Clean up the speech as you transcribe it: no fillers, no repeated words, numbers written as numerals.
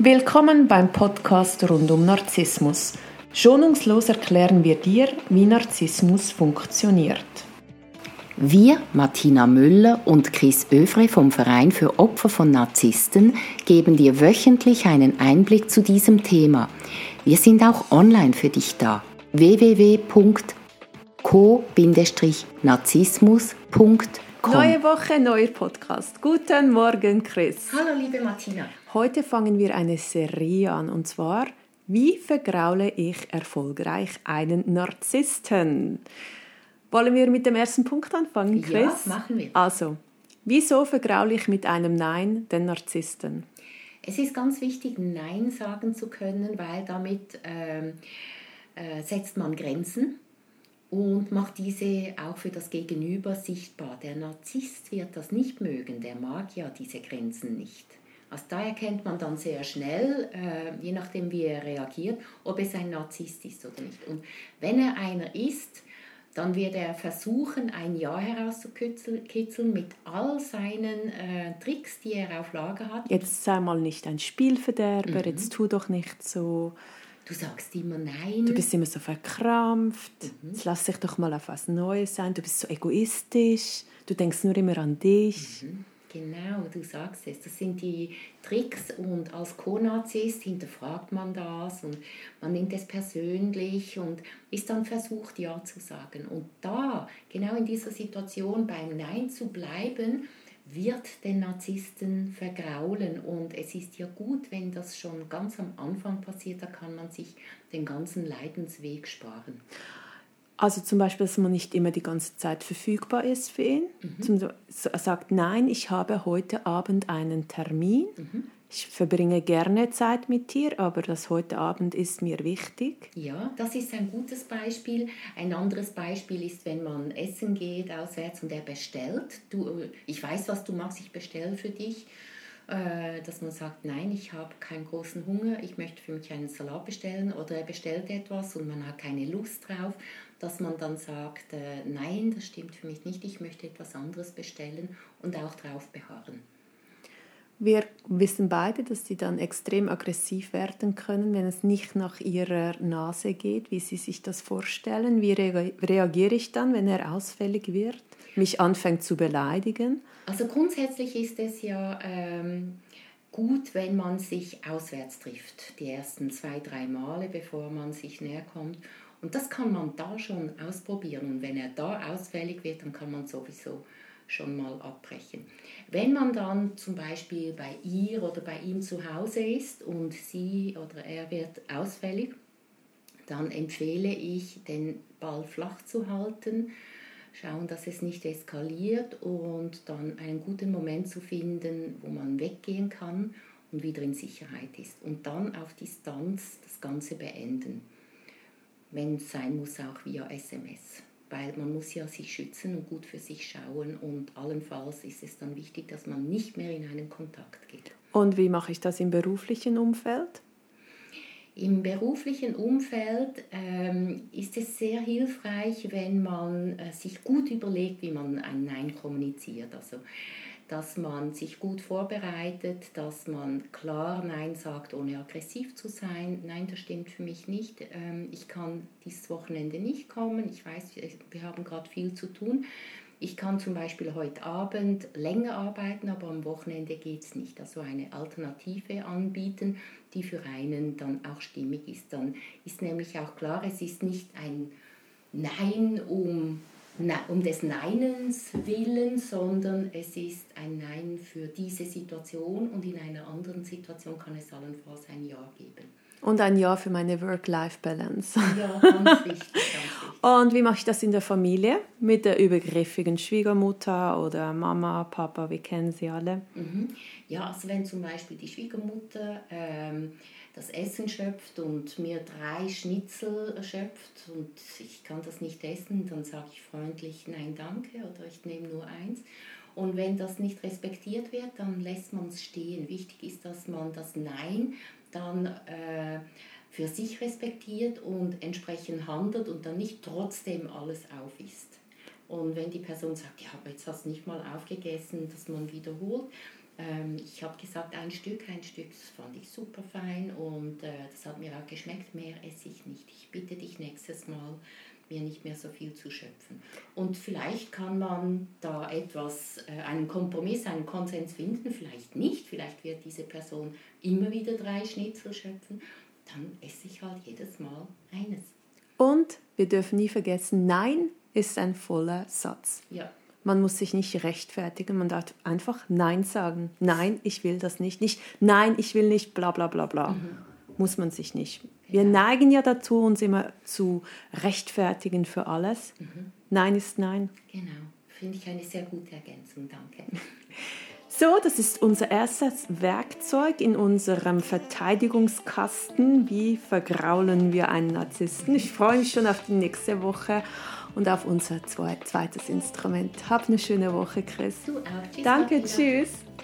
Willkommen beim Podcast rund um Narzissmus. Schonungslos erklären wir dir, wie Narzissmus funktioniert. Wir, Martina Müller und Chris Övre vom Verein für Opfer von Narzissten, geben dir wöchentlich einen Einblick zu diesem Thema. Wir sind auch online für dich da. www.co-narzissmus.com. Neue Woche, neuer Podcast. Guten Morgen, Chris. Hallo, liebe Martina. Heute fangen wir eine Serie an, und zwar, wie vergraule ich erfolgreich einen Narzissten? Wollen wir mit dem ersten Punkt anfangen, Chris? Ja, machen wir. Also, wieso vergraule ich mit einem Nein den Narzissten? Es ist ganz wichtig, Nein sagen zu können, weil damit setzt man Grenzen und macht diese auch für das Gegenüber sichtbar. Der Narzisst wird das nicht mögen, der mag ja diese Grenzen nicht. Also da erkennt man dann sehr schnell, je nachdem wie er reagiert, ob es ein Narzisst ist oder nicht. Und wenn er einer ist, dann wird er versuchen, ein Ja herauszukitzeln mit all seinen Tricks, die er auf Lager hat. Jetzt sei mal nicht ein Spielverderber, jetzt tu doch nicht so. Du sagst immer Nein. Du bist immer so verkrampft. Jetzt lass dich doch mal auf was Neues sein. Du bist so egoistisch. Du denkst nur immer an dich. Genau, du sagst es. Das sind die Tricks, und als Co-Narzisst hinterfragt man das und man nimmt es persönlich und ist dann versucht, Ja zu sagen. Und da, genau in dieser Situation beim Nein zu bleiben, wird den Narzissten vergraulen. Und es ist ja gut, wenn das schon ganz am Anfang passiert, da kann man sich den ganzen Leidensweg sparen. Also zum Beispiel, dass man nicht immer die ganze Zeit verfügbar ist für ihn. Sagt, nein, ich habe heute Abend einen Termin. Ich verbringe gerne Zeit mit dir, aber das heute Abend ist mir wichtig. Ja, das ist ein gutes Beispiel. Ein anderes Beispiel ist, wenn man essen geht auswärts und er bestellt. Ich weiß, was du magst, ich bestelle für dich. Dass man sagt, nein, ich habe keinen großen Hunger, ich möchte für mich einen Salat bestellen, oder er bestellt etwas und man hat keine Lust drauf, dass man dann sagt, nein, das stimmt für mich nicht, ich möchte etwas anderes bestellen und auch drauf beharren. Wir wissen beide, dass die dann extrem aggressiv werden können, wenn es nicht nach ihrer Nase geht, wie sie sich das vorstellen. Wie reagiere ich dann, wenn er ausfällig wird, mich anfängt zu beleidigen? Also grundsätzlich ist es ja gut, wenn man sich auswärts trifft, die ersten 2-3 Male, bevor man sich näher kommt. Und das kann man da schon ausprobieren. Und wenn er da ausfällig wird, dann kann man sowieso schon mal abbrechen. Wenn man dann zum Beispiel bei ihr oder bei ihm zu Hause ist und sie oder er wird ausfällig, dann empfehle ich, den Ball flach zu halten, schauen, dass es nicht eskaliert und dann einen guten Moment zu finden, wo man weggehen kann und wieder in Sicherheit ist. Und dann auf Distanz das Ganze beenden. Wenn es sein muss, auch via SMS. Weil man muss ja sich schützen und gut für sich schauen, und allenfalls ist es dann wichtig, dass man nicht mehr in einen Kontakt geht. Und wie mache ich das im beruflichen Umfeld? Im beruflichen Umfeld ist es sehr hilfreich, wenn man sich gut überlegt, wie man ein Nein kommuniziert. Also, dass man sich gut vorbereitet, dass man klar Nein sagt, ohne aggressiv zu sein. Nein, das stimmt für mich nicht. Ich kann dieses Wochenende nicht kommen. Ich weiß, wir haben gerade viel zu tun. Ich kann zum Beispiel heute Abend länger arbeiten, aber am Wochenende geht es nicht. Also eine Alternative anbieten, die für einen dann auch stimmig ist. Dann ist nämlich auch klar, es ist nicht ein Nein um des Neinens willen, sondern es ist ein Nein für diese Situation, und in einer anderen Situation kann es allenfalls ein Ja geben. Und ein Ja für meine Work-Life-Balance. Ja, ganz wichtig, ganz wichtig. Und wie mache ich das in der Familie? Mit der übergriffigen Schwiegermutter oder Mama, Papa, wir kennen sie alle. Ja, also wenn zum Beispiel die Schwiegermutter das Essen schöpft und mir 3 Schnitzel schöpft und ich kann das nicht essen, dann sage ich freundlich Nein, danke, oder ich nehme nur 1. Und wenn das nicht respektiert wird, dann lässt man es stehen. Wichtig ist, dass man das Nein dann für sich respektiert und entsprechend handelt und dann nicht trotzdem alles aufisst. Und wenn die Person sagt, ja, aber jetzt hast du nicht mal aufgegessen, dass man wiederholt, Ich habe gesagt, ein Stück, das fand ich super fein und das hat mir auch geschmeckt, mehr esse ich nicht. Ich bitte dich nächstes Mal, mir nicht mehr so viel zu schöpfen. Und vielleicht kann man da einen Kompromiss, einen Konsens finden, vielleicht nicht. Vielleicht wird diese Person immer wieder 3 Schnitzel schöpfen. Dann esse ich halt jedes Mal eines. Und wir dürfen nie vergessen, Nein ist ein voller Satz. Ja. Man muss sich nicht rechtfertigen, man darf einfach Nein sagen. Nein, ich will das nicht. Nicht Nein, ich will nicht, bla bla bla bla. Muss man sich nicht. Wir neigen ja dazu, uns immer zu rechtfertigen für alles. Nein ist Nein. Genau, finde ich eine sehr gute Ergänzung, danke. So, das ist unser erstes Werkzeug in unserem Verteidigungskasten. Wie vergraulen wir einen Narzissten? Ich freue mich schon auf die nächste Woche und auf unser zweites Instrument. Hab eine schöne Woche, Chris. Du auch. Tschüss, Danke, Martina. tschüss.